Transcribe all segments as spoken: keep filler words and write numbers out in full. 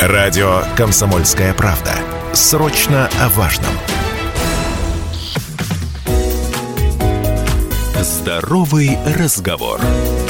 Радио «Комсомольская правда». Срочно о важном. Здоровый разговор.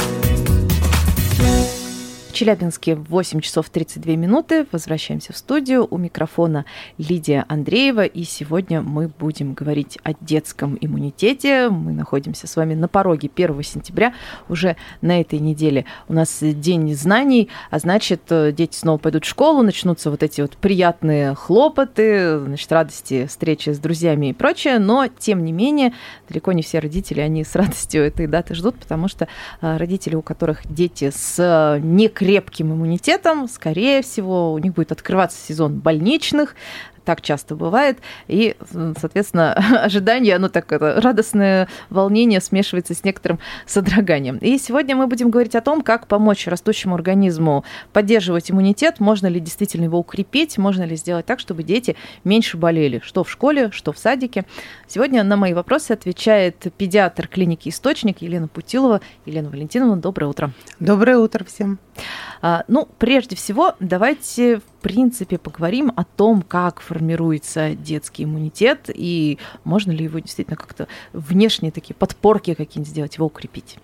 В Челябинске восемь часов тридцать две минуты. Возвращаемся в студию. У микрофона Лидия Андреева. И сегодня мы будем говорить о детском иммунитете. Мы находимся с вами на пороге первого сентября. Уже на этой неделе у нас День знаний. А значит, дети снова пойдут в школу. Начнутся вот эти вот приятные хлопоты, значит, радости, встречи с друзьями и прочее. Но, тем не менее, далеко не все родители, они с радостью этой даты ждут, потому что родители, у которых дети с некрепким крепким иммунитетом, скорее всего, у них будет открываться сезон больничных. Так часто бывает. И, соответственно, ожидание, оно так, это, радостное волнение смешивается с некоторым содроганием. И сегодня мы будем говорить о том, как помочь растущему организму поддерживать иммунитет, можно ли действительно его укрепить, можно ли сделать так, чтобы дети меньше болели, что в школе, что в садике. Сегодня на мои вопросы отвечает педиатр клиники «Источник» Елена Путилова. Елена Валентиновна, доброе утро. Доброе утро всем. А, ну, прежде всего, давайте, в принципе, поговорим о том, как формируется детский иммунитет и можно ли его действительно как-то внешние такие подпорки какие-нибудь сделать, его укрепить.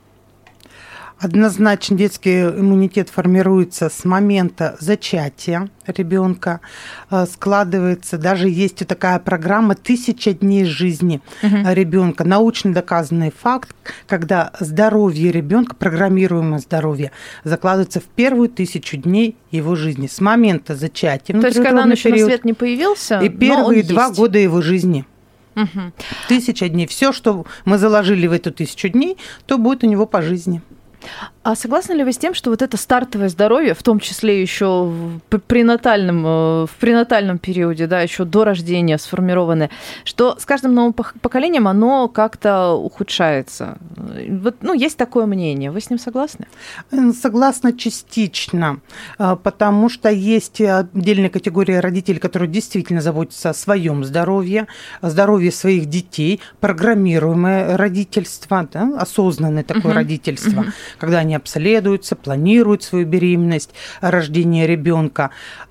Однозначно детский иммунитет формируется с момента зачатия ребенка, складывается, даже есть вот такая программа «Тысяча дней жизни угу. ребенка», научно доказанный факт, когда здоровье ребенка, программируемое здоровье, закладывается в первую тысячу дней его жизни, с момента зачатия. То есть, когда он еще на свет не появился, и первые два есть. года его жизни. Угу. Тысяча дней. Все, что мы заложили в эту тысячу дней, то будет у него по жизни. А согласны ли вы с тем, что вот это стартовое здоровье, в том числе еще в пренатальном, в пренатальном периоде, да, еще до рождения сформированное, что с каждым новым поколением оно как-то ухудшается? Вот, ну, есть такое мнение. Вы с ним согласны? Согласна частично, потому что есть отдельная категория родителей, которые действительно заботятся о своем здоровье, о здоровье своих детей, программируемое родительство, да, осознанное такое uh-huh. родительство, uh-huh. когда они обследуются, планируют свою беременность, рождение ребенка.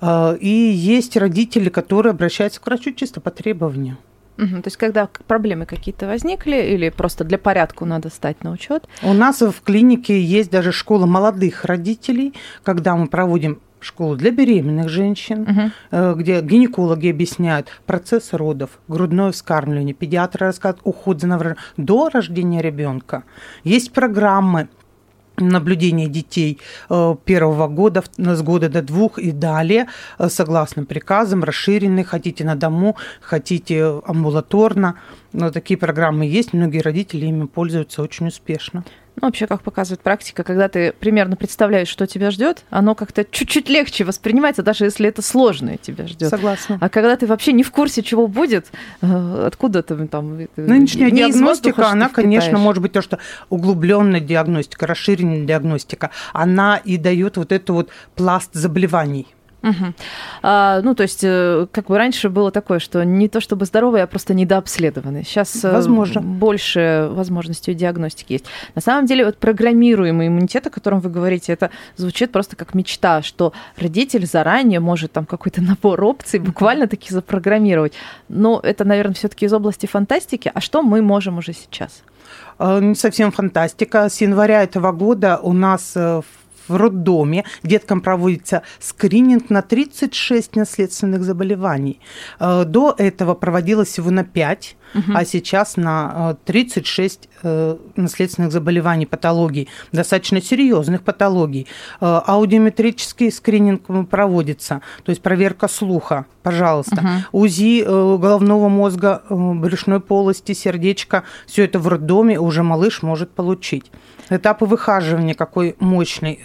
И есть родители, которые обращаются к врачу чисто по требованию. Угу, то есть, когда проблемы какие-то возникли, или просто для порядка надо стать на учет? У нас в клинике есть даже школа молодых родителей, когда мы проводим школу для беременных женщин, угу. где гинекологи объясняют процесс родов, грудное вскармливание, педиатры рассказывают уход за новорожденным до рождения ребенка. Есть программы наблюдения детей первого года, с года до двух и далее, согласно приказам, расширенные, хотите на дому, хотите амбулаторно. Но такие программы есть, многие родители ими пользуются очень успешно. Ну, вообще, как показывает практика, когда ты примерно представляешь, что тебя ждет, оно как-то чуть-чуть легче воспринимается, даже если это сложное тебя ждет. Согласна. А когда ты вообще не в курсе, чего будет, откуда ты там... Нынешняя диагностика, воздуха, она, конечно, может быть то, что углубленная диагностика, расширенная диагностика, она и дает вот этот вот пласт заболеваний. Угу. А, ну, то есть, как бы раньше было такое, что не то чтобы здоровые, а просто недообследованные. Сейчас Возможно. больше возможностей диагностики есть. На самом деле, вот программируемый иммунитет, о котором вы говорите, это звучит просто как мечта, что родитель заранее может там какой-то набор опций буквально-таки запрограммировать. Но это, наверное, все-таки из области фантастики. А что мы можем уже сейчас? Не совсем фантастика. С января этого года у нас в в роддоме деткам проводится скрининг на тридцать шесть наследственных заболеваний. До этого проводилось всего на пять, угу. а сейчас на тридцать шесть наследственных заболеваний, патологий, достаточно серьезных патологий. Аудиометрический скрининг проводится, то есть проверка слуха, пожалуйста. Угу. УЗИ головного мозга, брюшной полости, сердечка, все это в роддоме уже малыш может получить. Этапы выхаживания какой мощный.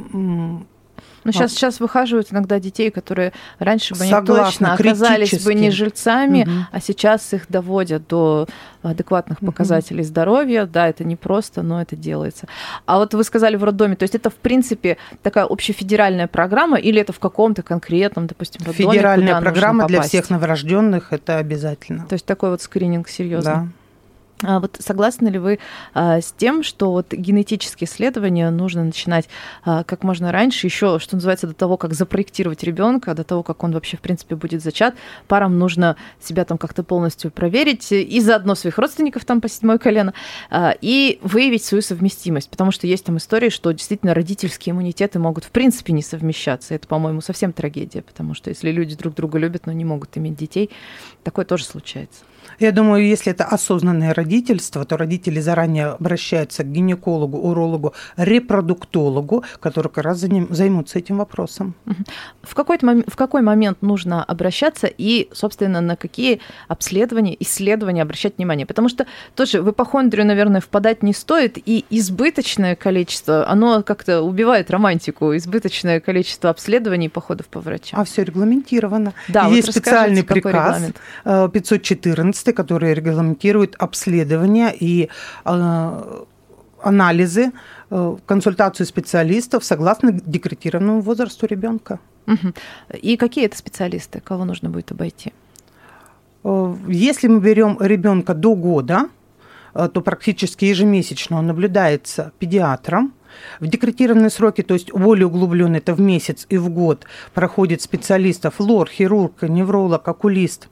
Ну, сейчас, сейчас выхаживают иногда детей, которые раньше бы Согласна, они точно оказались бы не жильцами, угу. а сейчас их доводят до адекватных показателей угу. здоровья. Да, это непросто, но это делается. А вот вы сказали в роддоме, то есть это, в принципе, такая общефедеральная программа или это в каком-то конкретном, допустим, роддоме? Федеральная программа для всех новорожденных, это обязательно. То есть такой вот скрининг серьезный. Да. А вот согласны ли вы а, с тем, что вот генетические исследования нужно начинать а, как можно раньше, еще, что называется, до того, как запроектировать ребенка, до того, как он вообще, в принципе, будет зачат, парам нужно себя там как-то полностью проверить, и заодно своих родственников там по седьмое колено, а, и выявить свою совместимость, потому что есть там истории, что действительно родительские иммунитеты могут, в принципе, не совмещаться. Это, по-моему, совсем трагедия, потому что если люди друг друга любят, но не могут иметь детей, такое тоже случается. Я думаю, если это осознанное родительство, то родители заранее обращаются к гинекологу, урологу, репродуктологу, которые как раз займутся этим вопросом. В, какой-то мом- в какой момент нужно обращаться и, собственно, на какие обследования, исследования обращать внимание? Потому что тоже в ипохондрию, наверное, впадать не стоит, и избыточное количество, оно как-то убивает романтику, избыточное количество обследований и походов по врачам. А все регламентировано. Да, есть вот специальный приказ регламент? пятьсот четырнадцать, который регламентирует обследования и э, анализы, э, консультацию специалистов согласно декретированному возрасту ребенка. Угу. И какие это специалисты, кого нужно будет обойти? Если мы берем ребенка до года, то практически ежемесячно он наблюдается педиатром. В декретированные сроки, то есть более углубленно, это в месяц и в год, проходит специалистов лор, хирург, невролог, окулист.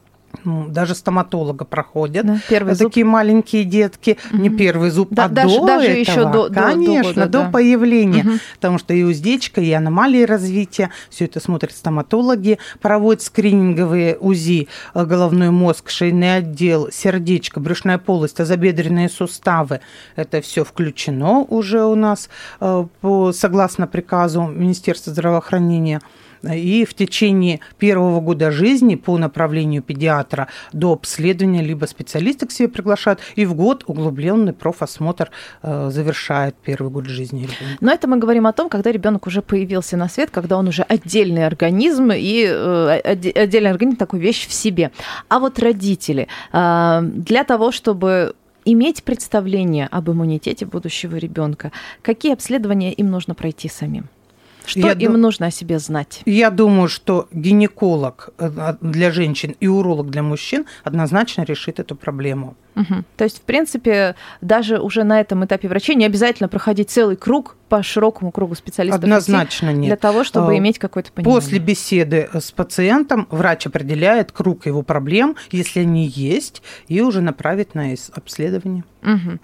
Ну, даже стоматолога проходят. Да, первый такие зуб. Маленькие детки, угу. Не первый зуб, да, а даже, до даже этого, еще до, конечно, до, года, до да. появления, угу. Потому что и уздечка, и аномалии развития, все это смотрят стоматологи, проводят скрининговые УЗИ, головной мозг, шейный отдел, сердечко, брюшная полость, тазобедренные суставы. Это все включено уже у нас по, согласно приказу Министерства здравоохранения. И в течение первого года жизни по направлению педиатра до обследования либо специалисты к себе приглашают, и в год углубленный профосмотр э, завершает первый год жизни ребенка. Но это мы говорим о том, когда ребенок уже появился на свет, когда он уже отдельный организм, и э, отдельный организм такой вещь в себе. А вот родители, э, для того, чтобы иметь представление об иммунитете будущего ребенка, какие обследования им нужно пройти самим? Что я им ду- нужно о себе знать? Я думаю, что гинеколог для женщин и уролог для мужчин однозначно решит эту проблему. Угу. То есть, в принципе, даже уже на этом этапе врачей не обязательно проходить целый круг по широкому кругу специалистов. Однозначно нет. Для того, чтобы а, иметь какое-то понимание. После беседы с пациентом врач определяет круг его проблем, если они есть, и уже направит на обследование. Угу.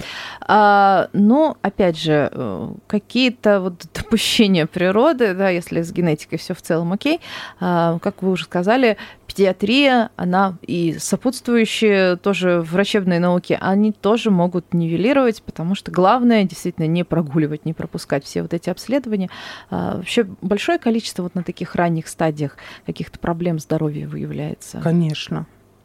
А, ну, опять же, какие-то вот допущения природы, да, если с генетикой все в целом окей, а, как вы уже сказали, педиатрия, она и сопутствующие тоже врачебные науки, они тоже могут нивелировать, потому что главное действительно не прогуливать, не пропускать все вот эти обследования. А, вообще большое количество вот на таких ранних стадиях каких-то проблем здоровья выявляется. Конечно.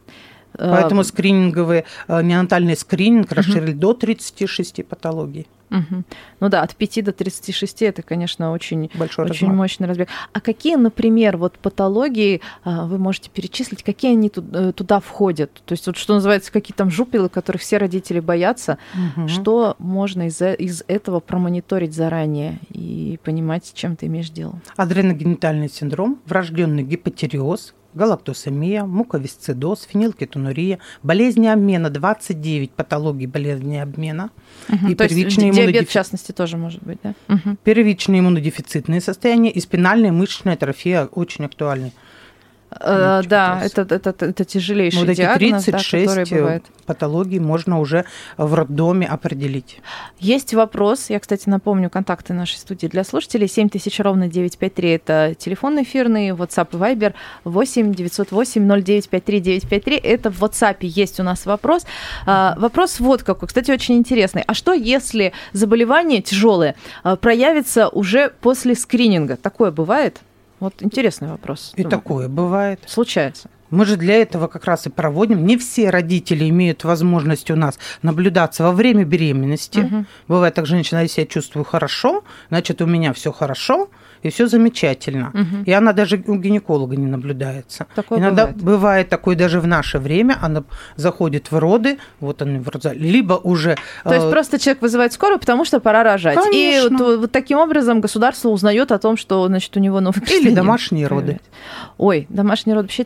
Поэтому скрининговый, неонатальный скрининг расширили uh-huh. до тридцати шести патологий. Угу. Ну да, от пяти до тридцати шести это, конечно, очень, Большой очень размах. Мощный разбег. А какие, например, вот патологии вы можете перечислить, какие они туда входят? То есть, вот, что называется, какие там жупелы, которых все родители боятся, угу. Что можно из, из этого промониторить заранее и понимать, с чем ты имеешь дело? Адреногенитальный синдром, врожденный гипотереоз, галактосемия, муковисцидоз, фенилкетонурия, болезни обмена, двадцать девять патологий болезни обмена. Угу, и то первичные есть диабет, иммунодефи... в частности, тоже может быть, да? Угу. Первичные иммунодефицитные состояния и спинальная мышечная атрофия очень актуальны. Uh, да, это, это, это, это тяжелейший вот диагноз, тридцать шесть да, патологий можно уже в роддоме определить. Есть вопрос, я, кстати, напомню контакты нашей студии для слушателей. семь тысяч ровно девятьсот пятьдесят три это телефон эфирный, WhatsApp и Viber восемь девятьсот восемь ноль девять пять три девять пять три. Это в WhatsApp есть у нас вопрос. Uh, вопрос вот какой, кстати, очень интересный. А что, если заболевание тяжелое uh, проявится уже после скрининга? Такое бывает? Вот интересный вопрос. И Думаю, такое бывает. Случается. Мы же для этого как раз и проводим. Не все родители имеют возможность у нас наблюдаться во время беременности. Угу. Бывает так, женщина, если я чувствую хорошо, значит, у меня все хорошо, и все замечательно. Угу. И она даже у гинеколога не наблюдается. Такое Иногда бывает. бывает такое даже в наше время. Она заходит в роды, вот они в родзале, либо уже... То есть просто человек вызывает скорую, потому что пора рожать. Конечно. И вот, вот таким образом государство узнает о том, что, значит, у него новый Или домашние роды. Ой, домашние роды. Вообще это часто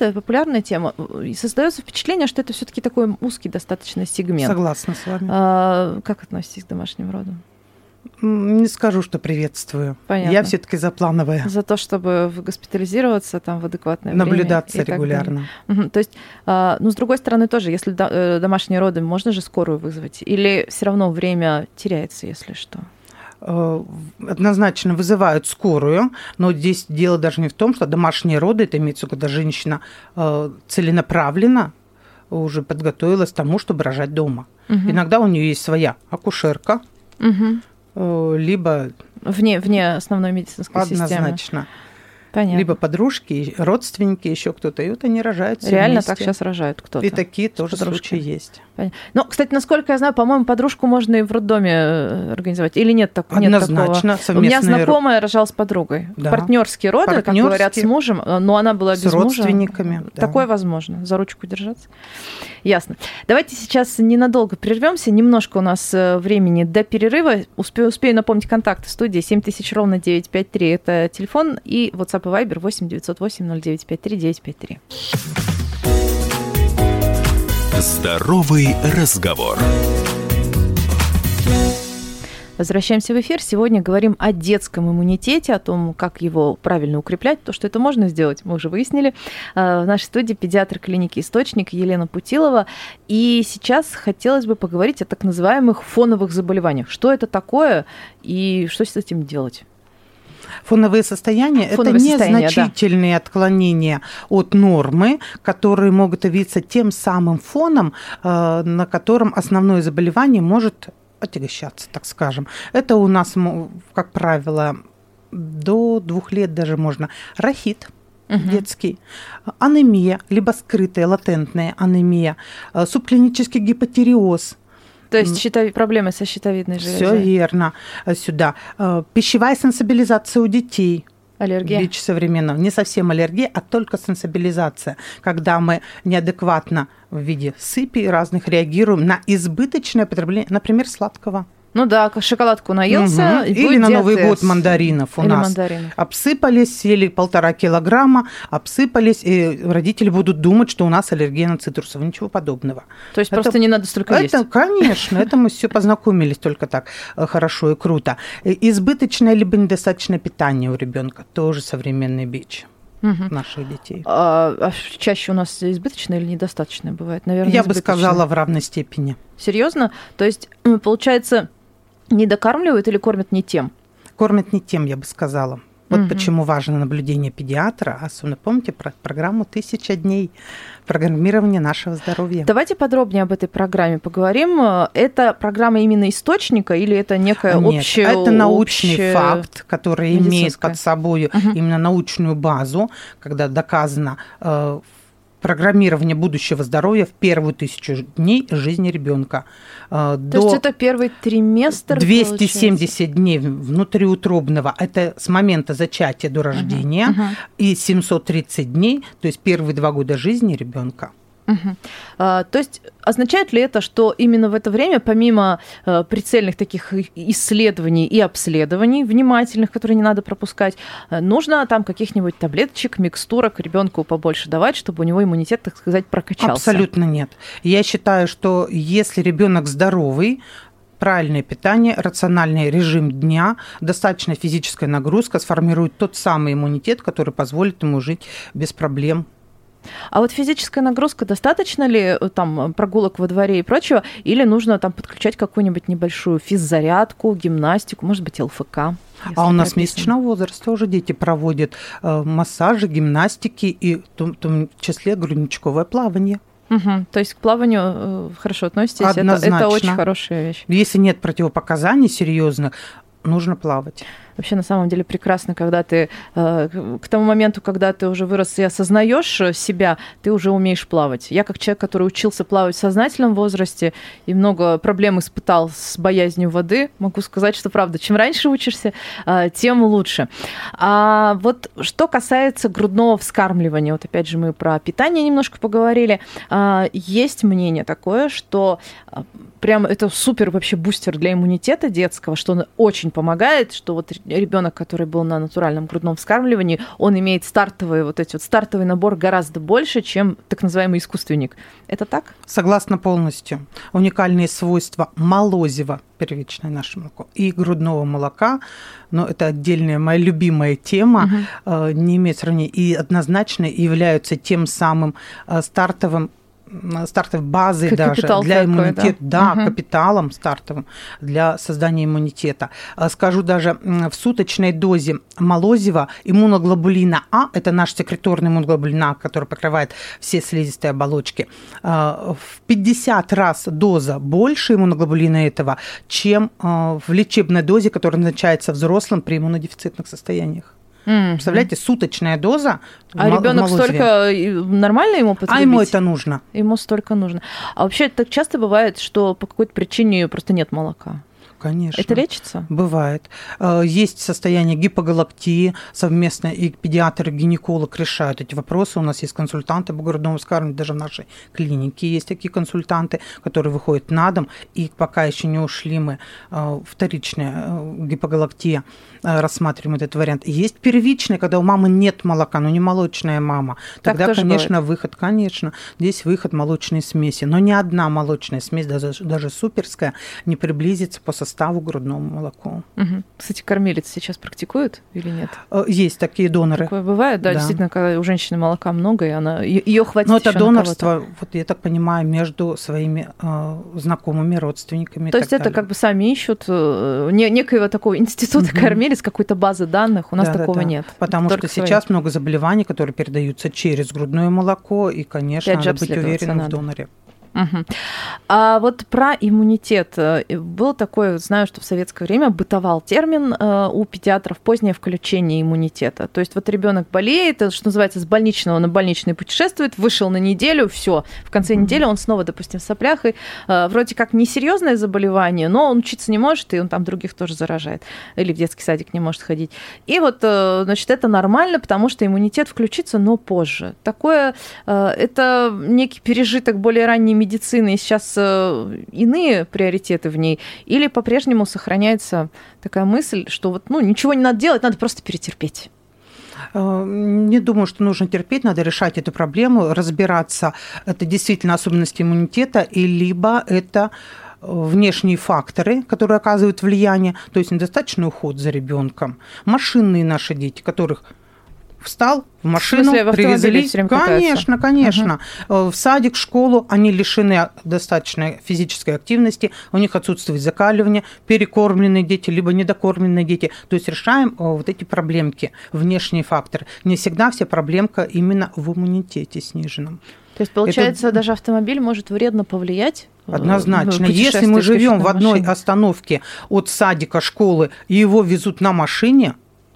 такая популярная тема. И создается впечатление, что это все-таки такой узкий достаточно сегмент. Согласна с вами. А, как относитесь к домашним родам? Не скажу, что приветствую. Понятно. Я все-таки за плановое. За то, чтобы госпитализироваться там в адекватное Наблюдаться время. регулярно. Угу. То есть, ну, с другой стороны, тоже, если домашние роды, можно же скорую вызвать? Или все равно время теряется, если что? Однозначно вызывают скорую, но здесь дело даже не в том, что домашние роды, это имеется в виду, когда женщина целенаправленно уже подготовилась к тому, чтобы рожать дома. Угу. Иногда у нее есть своя акушерка, угу. либо... Вне, вне основной медицинской Однозначно. системы. Однозначно. Понятно. Либо подружки, родственники, еще кто-то. И вот они рожают. Реально вместе. Так сейчас рожают кто-то? И такие тоже случаи есть. Понятно. Ну, кстати, насколько я знаю, по-моему, подружку можно и в роддоме организовать. Или нет, так, Однозначно, нет такого? У меня знакомая ро... рожала с подругой. Да. Партнерские роды, Партнерские, как говорят, с мужем, но она была без мужа. С родственниками. Да. Такое возможно. За ручку держаться. Ясно. Давайте сейчас ненадолго прервемся. Немножко у нас времени до перерыва. Успею, успею напомнить контакты в студии. семь тысяч ровно девятьсот пятьдесят три. Это телефон. И WhatsApp и Viber восемь девятьсот восемь ноль девять пять три девять пять три. Здоровый разговор. Возвращаемся в эфир. Сегодня говорим о детском иммунитете, о том, как его правильно укреплять. То, что это можно сделать, мы уже выяснили. В нашей студии педиатр клиники «Источник» Елена Путилова. И сейчас хотелось бы поговорить о так называемых фоновых заболеваниях. Что это такое и что с этим делать? Фоновые состояния – это состояния, незначительные да. отклонения от нормы, которые могут явиться тем самым фоном, на котором основное заболевание может отягощаться, так скажем. Это у нас, как правило, до двух лет даже можно. Рахит угу. детский, анемия, либо скрытая, латентная анемия, субклинический гипотиреоз. То есть щитови... проблемы со щитовидной железой. Все верно. Сюда. Пищевая сенсибилизация у детей. Аллергия? ВИЧ современного. Не совсем аллергия, а только сенсибилизация. Когда мы неадекватно в виде сыпи разных реагируем на избыточное потребление, например, сладкого. Ну да, шоколадку наелся. Угу. И Или на Новый год мандаринов у Или нас. Мандаринов. Обсыпались, съели полтора килограмма, обсыпались, и родители будут думать, что у нас аллергия на цитрусовые. Ничего подобного. То есть это, просто не надо столько это, есть? Конечно, это мы все познакомились только так хорошо и круто. Избыточное либо недостаточное питание у ребенка тоже современный бич. Угу. Наших детей. А, а чаще у нас избыточное или недостаточное бывает? Наверное, Я бы сказала в равной степени. Серьезно? То есть, получается, не докармливают или кормят не тем? Кормят не тем, я бы сказала. Вот угу. почему важно наблюдение педиатра. Особенно помните про программу «Тысяча дней» программирования нашего здоровья. Давайте подробнее об этой программе поговорим. Это программа именно источника или это некая Нет, общая... это научный общая факт, который имеет под собой угу. именно научную базу, когда доказано э, программирование будущего здоровья в первую тысячу дней жизни ребенка. То До есть это первый триместр? двести семьдесят дней внутриутробного, это с момента зачатия до рождения, uh-huh, uh-huh. и семьсот тридцать дней, то есть первые два года жизни ребенка. Угу. А, то есть означает ли это, что именно в это время, помимо а, прицельных таких исследований и обследований внимательных, которые не надо пропускать, а, нужно там каких-нибудь таблеточек, микстурок ребенку побольше давать, чтобы у него иммунитет, так сказать, прокачался? Абсолютно нет. Я считаю, что если ребенок здоровый, правильное питание, рациональный режим дня, достаточная физическая нагрузка сформирует тот самый иммунитет, который позволит ему жить без проблем. А вот физическая нагрузка, достаточно ли там прогулок во дворе и прочего, или нужно там подключать какую-нибудь небольшую физзарядку, гимнастику, может быть, ЛФК? А у нас с месячного возраста уже дети проводят э, массажи, гимнастики и в том, в том числе грудничковое плавание. Угу. То есть к плаванию э, хорошо относитесь? Однозначно. Это, это очень хорошая вещь. Если нет противопоказаний серьезных, нужно плавать. Вообще, на самом деле, прекрасно, когда ты э, к тому моменту, когда ты уже вырос и осознаешь себя, ты уже умеешь плавать. Я, как человек, который учился плавать в сознательном возрасте и много проблем испытал с боязнью воды, могу сказать, что правда, чем раньше учишься, э, тем лучше. А вот что касается грудного вскармливания, вот опять же мы про питание немножко поговорили, э, есть мнение такое, что э, прям это супер вообще бустер для иммунитета детского, что он очень помогает, что вот ребенок, который был на натуральном грудном вскармливании, он имеет стартовый, вот эти вот стартовый набор гораздо больше, чем так называемый искусственник. Это так? Согласна полностью. Уникальные свойства молозива, первичное наше молоко, и грудного молока, но это отдельная моя любимая тема, угу. не имеет сравнения, и однозначно являются тем самым стартовым стартовой базой даже для иммунитета, да, да угу. капиталом стартовым для создания иммунитета. Скажу даже, в суточной дозе молозива иммуноглобулина А, это наш секреторный иммуноглобулин А, который покрывает все слизистые оболочки, в пятьдесят раз доза больше иммуноглобулина этого, чем в лечебной дозе, которая назначается взрослым при иммунодефицитных состояниях. Mm-hmm. Представляете, суточная доза. А м- ребенок столько нормально ему потребить? А ему это нужно. Ему столько нужно. А вообще так часто бывает, что по какой-то причине просто нет молока? Конечно. Это лечится? Бывает. Есть состояние гипогалактии, совместно и педиатр, и гинеколог решают эти вопросы. У нас есть консультанты по грудному вскармливанию, даже в нашей клинике есть такие консультанты, которые выходят на дом, и пока еще не ушли мы вторичная гипогалактия, рассматриваем этот вариант. Есть первичная, когда у мамы нет молока, но не молочная мама. Тогда, конечно, бывает. выход, конечно, здесь выход молочной смеси. Но ни одна молочная смесь, даже, даже суперская, не приблизится по составу ставу грудному молоку. Угу. Кстати, кормилец сейчас практикуют или нет? Есть такие доноры. Такое бывает, да, да, действительно, когда у женщины молока много, и она ее хватит. Но это донорство, вот я так понимаю, между своими э, знакомыми, родственниками. То есть это далее. Как бы сами ищут не, некоего такого института угу. кормилец, какой-то базы данных. У нас да, такого да, да. нет. Потому Только что свои. Сейчас много заболеваний, которые передаются через грудное молоко, и, конечно, надо быть уверенным надо. в доноре. Угу. А вот про иммунитет. Был такой, знаю, что в советское время бытовал термин у педиатров позднее включение иммунитета. То есть вот ребенок болеет, что называется, с больничного на больничный путешествует, вышел на неделю, все. В конце угу. недели он снова, допустим, в соплях, и вроде как несерьезное заболевание, но он учиться не может, и он там других тоже заражает. Или в детский садик не может ходить. И вот, значит, это нормально, потому что иммунитет включится, но позже. Такое, это некий пережиток более ранней медицины, и сейчас иные приоритеты в ней, или по-прежнему сохраняется такая мысль, что вот, ну, ничего не надо делать, надо просто перетерпеть? Не думаю, что нужно терпеть, надо решать эту проблему, разбираться, это действительно особенности иммунитета, и либо это внешние факторы, которые оказывают влияние, то есть недостаточный уход за ребенком, машинные наши дети, которых встал в машину, в смысле, привезли. Все время конечно, конечно. Uh-huh. В садик, в школу они лишены достаточной физической активности, у них отсутствует закаливание, перекормленные дети, либо недокормленные дети. То есть решаем вот эти проблемки, внешние факторы. Не всегда вся проблемка именно в иммунитете сниженном. То есть, получается, это... даже автомобиль может вредно повлиять? Однозначно. Если мы живем в одной машине. остановке от садика, школы, и его везут на машине,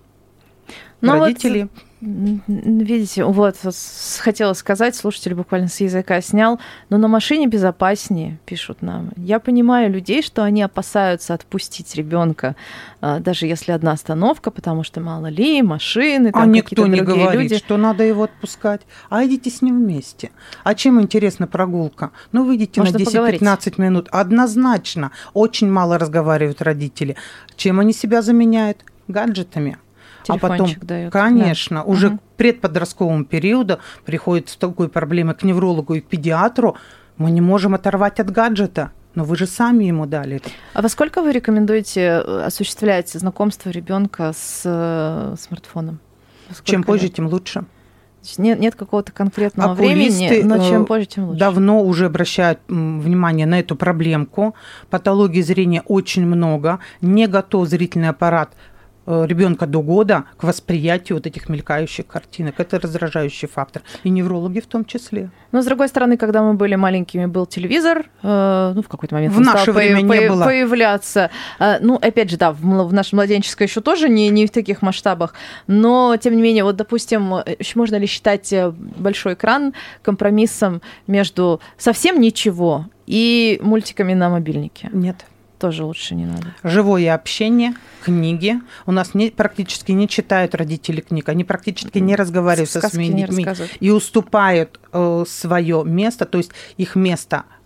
но родители... Вот, видите, вот хотела сказать, слушатель буквально с языка снял, но на машине безопаснее, пишут нам. Я понимаю людей, что они опасаются отпустить ребенка, даже если одна остановка, потому что мало ли, машины, там а какие-то другие люди. А никто не говорит, люди. что надо его отпускать. А идите с ним вместе. А чем интересна прогулка? Ну, выйдите Можно на десять-пятнадцать минут. Однозначно. Очень мало разговаривают родители. Чем они себя заменяют? Гаджетами. А потом, дают. конечно, да. уже угу. к предподростковому периоду приходит с такой проблемой к неврологу и к педиатру. Мы не можем оторвать от гаджета, но вы же сами ему дали это. А во сколько вы рекомендуете осуществлять знакомство ребенка с смартфоном? Чем позже, тем лучше. Нет, нет какого-то конкретного Окулисты времени, но чем позже, тем лучше. Давно уже обращают внимание на эту проблемку. Патологии зрения очень много. Не готов зрительный аппарат ребенка до года к восприятию вот этих мелькающих картинок. Это раздражающий фактор. И неврологи в том числе. Но, с другой стороны, когда мы были маленькими, был телевизор, э, ну, в какой-то момент в он наше стал время по- не по- было. появляться. Э, ну, опять же, да, в, в нашем младенческое еще тоже не, не в таких масштабах, но, тем не менее, вот, допустим, можно ли считать большой экран компромиссом между совсем ничего и мультиками на мобильнике? Нет. Тоже лучше не надо. Живое общение, книги. У нас не, практически не читают родители книг, они практически не разговаривают Сказки со своими детьми и уступают э, свое место, то есть их место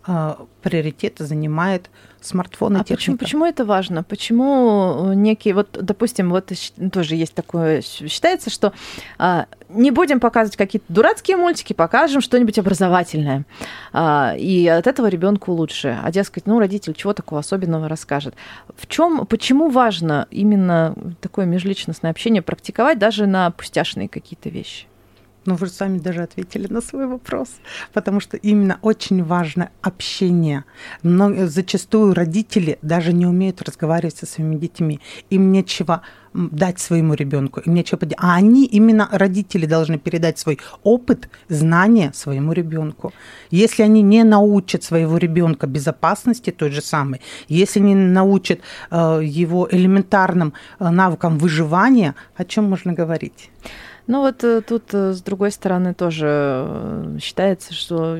приоритет занимает смартфон и а техника. Почему, почему это важно? Почему некие, вот, допустим, вот тоже есть такое, считается, что а, не будем показывать какие-то дурацкие мультики, покажем что-нибудь образовательное. А, и от этого ребенку лучше. А дескать, ну, родитель чего такого особенного расскажет. В чем, почему важно именно такое межличностное общение практиковать даже на пустяшные какие-то вещи? Ну, вы же сами даже ответили на свой вопрос, потому что именно очень важно общение. Но зачастую родители даже не умеют разговаривать со своими детьми. Им нечего дать своему ребенку, им нечего поделать. А они, именно родители, должны передать свой опыт, знания своему ребенку. Если они не научат своего ребенка безопасности той же самой, если не научат э, его элементарным э, навыкам выживания, о чем можно говорить? Ну вот тут, с другой стороны, тоже считается, что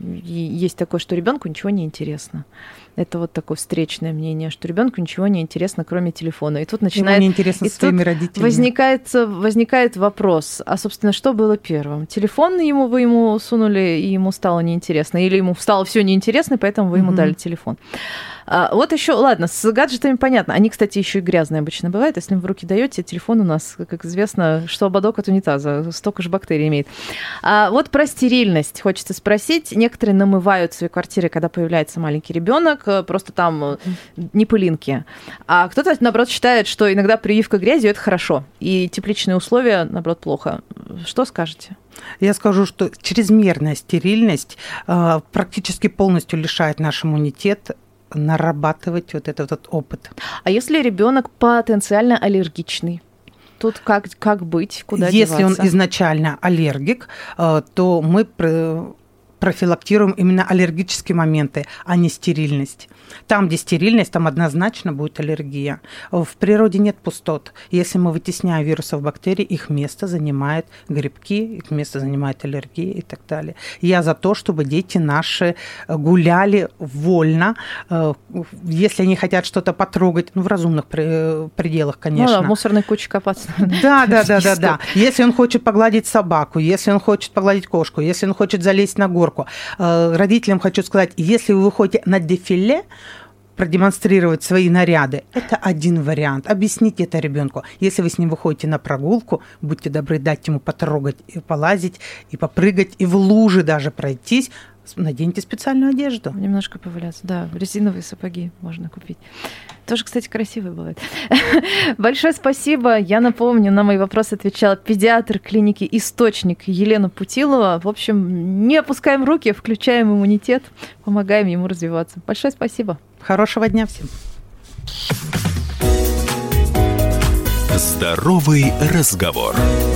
есть такое, что ребенку ничего не интересно. Это вот такое встречное мнение, что ребенку ничего не интересно, кроме телефона. И тут начинает... Ему не интересно со своими родителями. Возникает, возникает вопрос, а, собственно, что было первым? Телефон ему вы ему сунули, и ему стало неинтересно? Или ему стало все неинтересно, и поэтому вы ему mm-hmm. дали телефон? А, вот еще, ладно, с гаджетами понятно. Они, кстати, еще и грязные обычно бывают. Если вы в руки даете, телефон у нас, как известно, что ободок от унитаза, столько же бактерий имеет. А вот про стерильность хочется спросить. Некоторые намывают свои квартиры, когда появляется маленький ребенок, просто там не пылинки. А кто-то, наоборот, считает, что иногда прививка грязью – это хорошо, и тепличные условия, наоборот, плохо. Что скажете? Я скажу, что чрезмерная стерильность э, практически полностью лишает наш иммунитет нарабатывать вот этот вот опыт. А если ребенок потенциально аллергичный? Тут как, как быть, куда Если деваться? он изначально аллергик, э, то мы профилактируем именно аллергические моменты, а не стерильность. Там, где стерильность, там однозначно будет аллергия. В природе нет пустот. Если мы вытесняем вирусов, бактерий, их место занимают грибки, их место занимает аллергия и так далее. Я за то, чтобы дети наши гуляли вольно. Если они хотят что-то потрогать, ну, в разумных пределах, конечно. Ну да, в мусорной куче копаться. Да, да, да, да, да. Если он хочет погладить собаку, если он хочет погладить кошку, если он хочет залезть на горку. Родителям хочу сказать, если вы выходите на дефиле, продемонстрировать свои наряды, это один вариант. Объясните это ребенку. Если вы с ним выходите на прогулку, будьте добры дать ему потрогать, и полазить, и попрыгать, и в луже даже пройтись, наденьте специальную одежду. Немножко поваляться, да. Резиновые сапоги можно купить. Тоже, кстати, красивые бывают. Большое спасибо. Я напомню, на мои вопросы отвечала педиатр клиники «Источник» Елена Путилова. В общем, не опускаем руки, включаем иммунитет, помогаем ему развиваться. Большое спасибо. Хорошего дня всем. Здоровый разговор.